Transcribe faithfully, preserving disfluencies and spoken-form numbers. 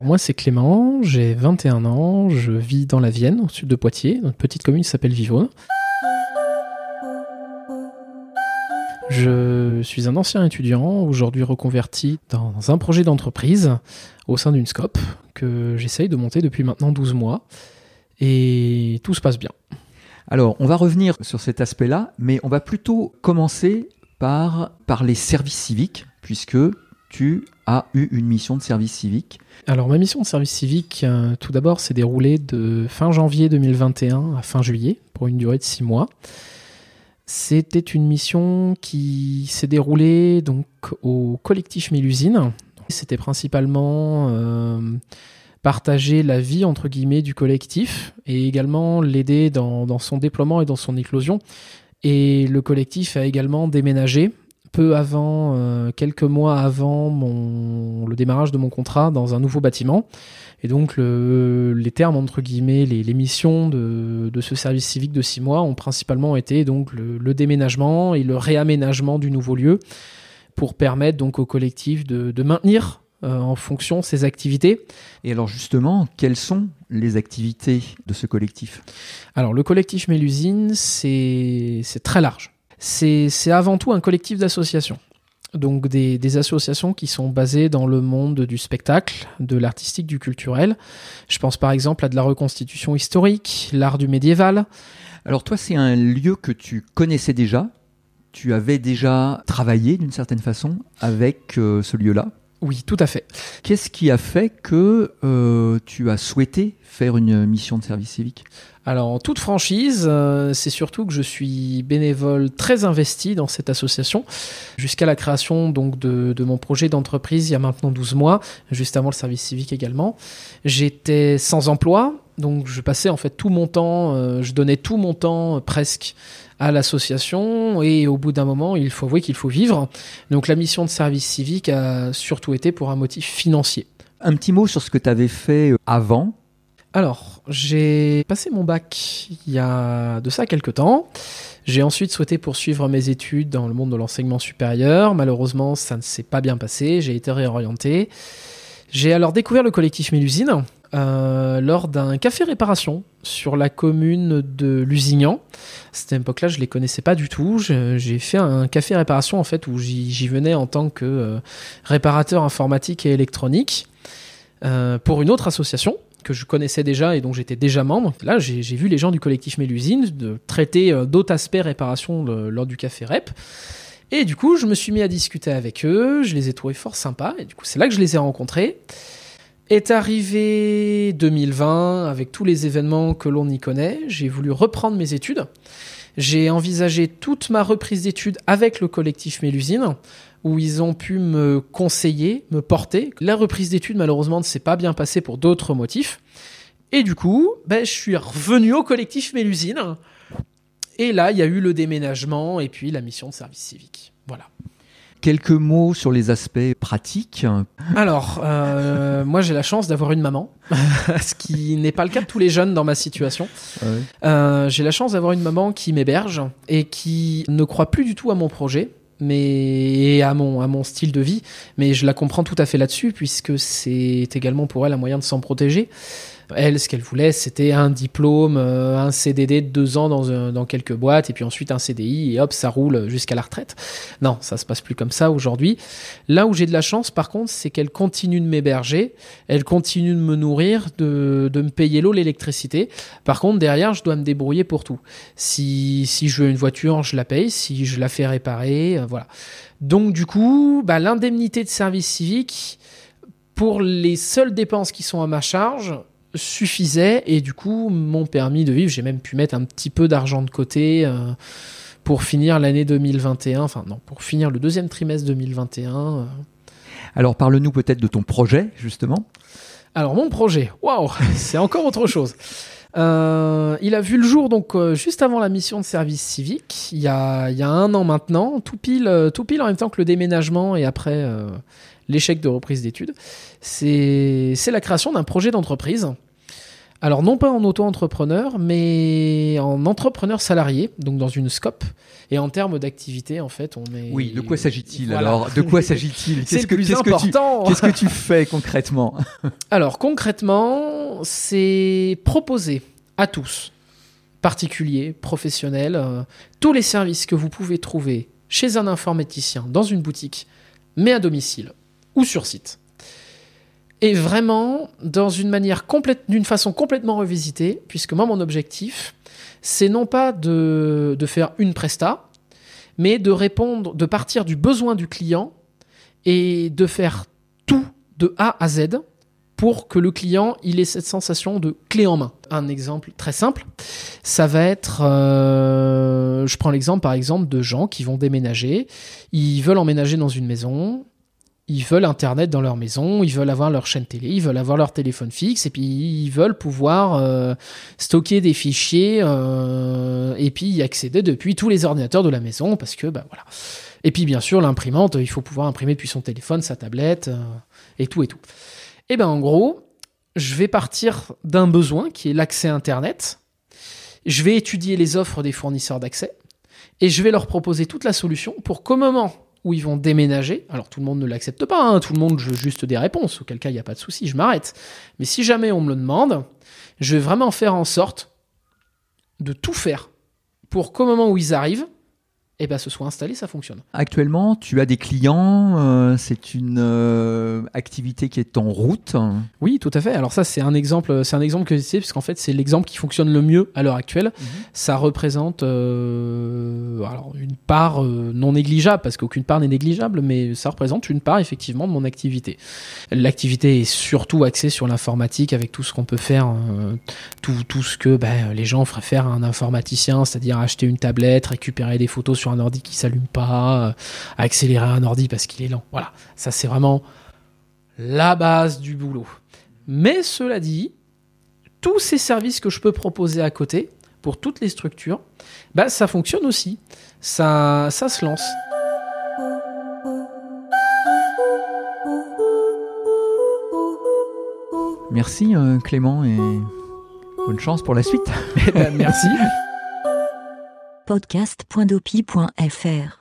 Moi, c'est Clément, j'ai vingt et un ans, je vis dans la Vienne, au sud de Poitiers, dans une petite commune qui s'appelle Vivonne. Je suis un ancien étudiant, aujourd'hui reconverti dans un projet d'entreprise au sein d'une scope que j'essaye de monter depuis maintenant douze mois et tout se passe bien. Alors, on va revenir sur cet aspect-là, mais on va plutôt commencer par parler service civique, puisque tu as eu une mission de service civique. Alors, ma mission de service civique, euh, tout d'abord, s'est déroulée de fin janvier deux mille vingt et un à fin juillet, pour une durée de six mois. C'était une mission qui s'est déroulée donc au collectif Mélusine. C'était principalement euh, partager la vie entre guillemets du collectif et également l'aider dans, dans son déploiement et dans son éclosion. Et le collectif a également déménagé peu avant, euh, quelques mois avant mon, le démarrage de mon contrat dans un nouveau bâtiment. Et donc le, les termes entre guillemets, les, les missions de, de ce service civique de six mois ont principalement été donc le, le déménagement et le réaménagement du nouveau lieu pour permettre donc au collectif de, de maintenir euh, en fonction ses activités. Et alors justement, quelles sont les activités de ce collectif ? Alors le collectif Mélusine, c'est, c'est très large. C'est, c'est avant tout un collectif d'associations. Donc des, des associations qui sont basées dans le monde du spectacle, de l'artistique, du culturel. Je pense par exemple à de la reconstitution historique, l'art du médiéval. Alors toi, c'est un lieu que tu connaissais déjà. Tu avais déjà travaillé d'une certaine façon avec euh, ce lieu-là. Oui, tout à fait. Qu'est-ce qui a fait que euh, tu as souhaité faire une mission de service civique ? Alors, en toute franchise, euh, c'est surtout que je suis bénévole très investi dans cette association, jusqu'à la création donc de, de mon projet d'entreprise il y a maintenant douze mois, juste avant le service civique également. J'étais sans emploi, donc je passais en fait tout mon temps, euh, je donnais tout mon temps euh, presque à l'association, et au bout d'un moment, il faut avouer qu'il faut vivre. Donc la mission de service civique a surtout été pour un motif financier. Un petit mot sur ce que tu avais fait avant. Alors, j'ai passé mon bac il y a de ça quelques temps. J'ai ensuite souhaité poursuivre mes études dans le monde de l'enseignement supérieur. Malheureusement, ça ne s'est pas bien passé. J'ai été réorienté. J'ai alors découvert le collectif Mélusine euh, lors d'un café réparation sur la commune de Lusignan. À cette époque-là, je ne les connaissais pas du tout. Je, j'ai fait un café réparation en fait, où j'y, j'y venais en tant que euh, réparateur informatique et électronique euh, pour une autre association que je connaissais déjà et dont j'étais déjà membre. Là, j'ai, j'ai vu les gens du collectif Mélusine de traiter euh, d'autres aspects réparation le, lors du café rep. Et du coup, je me suis mis à discuter avec eux. Je les ai trouvés fort sympas. Et du coup, c'est là que je les ai rencontrés. Est arrivé deux mille vingt, avec tous les événements que l'on y connaît. J'ai voulu reprendre mes études. J'ai envisagé toute ma reprise d'études avec le collectif Mélusine, où ils ont pu me conseiller, me porter. La reprise d'études, malheureusement, ne s'est pas bien passée pour d'autres motifs. Et du coup, ben, je suis revenu au collectif Mélusine. Et là, il y a eu le déménagement et puis la mission de service civique. Voilà. Quelques mots sur les aspects pratiques. Alors, euh, moi, j'ai la chance d'avoir une maman, ce qui n'est pas le cas de tous les jeunes dans ma situation. Ouais. Euh, j'ai la chance d'avoir une maman qui m'héberge et qui ne croit plus du tout à mon projet, mais à mon, à mon style de vie. Mais je la comprends tout à fait là-dessus, puisque c'est également pour elle un moyen de s'en protéger. Elle, ce qu'elle voulait, c'était un diplôme, euh, un C D D de deux ans dans, un, dans quelques boîtes, et puis ensuite un C D I, et hop, ça roule jusqu'à la retraite. Non, ça se passe plus comme ça aujourd'hui. Là où j'ai de la chance, par contre, c'est qu'elle continue de m'héberger, elle continue de me nourrir, de, de me payer l'eau, l'électricité. Par contre, derrière, je dois me débrouiller pour tout. Si, si je veux une voiture, je la paye. Si je la fais réparer, euh, voilà. Donc, du coup, bah, l'indemnité de service civique, pour les seules dépenses qui sont à ma charge, suffisait, et du coup m'ont permis de vivre. J'ai même pu mettre un petit peu d'argent de côté euh, pour finir l'année deux mille vingt et un, enfin non, pour finir le deuxième trimestre deux mille vingt et un. Euh. Alors parle-nous peut-être de ton projet justement. Alors mon projet, waouh, c'est encore autre chose. Euh, il a vu le jour donc euh, juste avant la mission de service civique, il y a, il y a un an maintenant, tout pile, euh, tout pile en même temps que le déménagement et après euh, l'échec de reprise d'études. C'est, c'est la création d'un projet d'entreprise Alors non pas en auto-entrepreneur, mais en entrepreneur salarié, donc dans une scope. Et en termes d'activité, en fait, on est... Oui, de quoi s'agit-il Voilà. alors De quoi s'agit-il C'est Qu'est-ce le que, plus qu'est-ce important. Que tu, qu'est-ce que tu fais concrètement? Alors concrètement, c'est proposer à tous, particuliers, professionnels, euh, tous les services que vous pouvez trouver chez un informaticien, dans une boutique, mais à domicile ou sur site. Et vraiment, dans une manière complète, d'une façon complètement revisitée, puisque moi, mon objectif, c'est non pas de, de faire une presta, mais de répondre, de partir du besoin du client et de faire tout de A à Z pour que le client il ait cette sensation de clé en main. Un exemple très simple, ça va être, euh, je prends l'exemple par exemple de gens qui vont déménager, ils veulent emménager dans une maison. Ils veulent Internet dans leur maison, ils veulent avoir leur chaîne télé, ils veulent avoir leur téléphone fixe, et puis ils veulent pouvoir euh, stocker des fichiers euh, et puis y accéder depuis tous les ordinateurs de la maison, parce que, bah voilà. Et puis bien sûr, l'imprimante, il faut pouvoir imprimer depuis son téléphone, sa tablette, euh, et tout et tout. Et ben en gros, je vais partir d'un besoin qui est l'accès Internet, je vais étudier les offres des fournisseurs d'accès, et je vais leur proposer toute la solution pour qu'au moment où ils vont déménager, alors tout le monde ne l'accepte pas, hein, tout le monde veut juste des réponses, auquel cas il n'y a pas de souci, je m'arrête. Mais si jamais on me le demande, je vais vraiment faire en sorte de tout faire pour qu'au moment où ils arrivent, eh ben, ce soit installé, ça fonctionne. Actuellement, tu as des clients, euh, c'est une euh, activité qui est en route. Oui, tout à fait. Alors ça, c'est un exemple, c'est un exemple que je sais, parce qu'en fait, c'est l'exemple qui fonctionne le mieux à l'heure actuelle. Mmh. Ça représente euh, alors une part euh, non négligeable, parce qu'aucune part n'est négligeable, mais ça représente une part effectivement de mon activité. L'activité est surtout axée sur l'informatique, avec tout ce qu'on peut faire, euh, tout, tout ce que ben, les gens feraient faire à un informaticien, c'est-à-dire acheter une tablette, récupérer des photos sur un ordi qui s'allume pas, euh, accélérer un ordi parce qu'il est lent. Voilà, ça c'est vraiment la base du boulot. Mais cela dit, tous ces services que je peux proposer à côté, pour toutes les structures, bah, ça fonctionne aussi. Ça, ça se lance. Merci euh, Clément et bonne chance pour la suite. Eh ben, merci. podcast point dopi point f r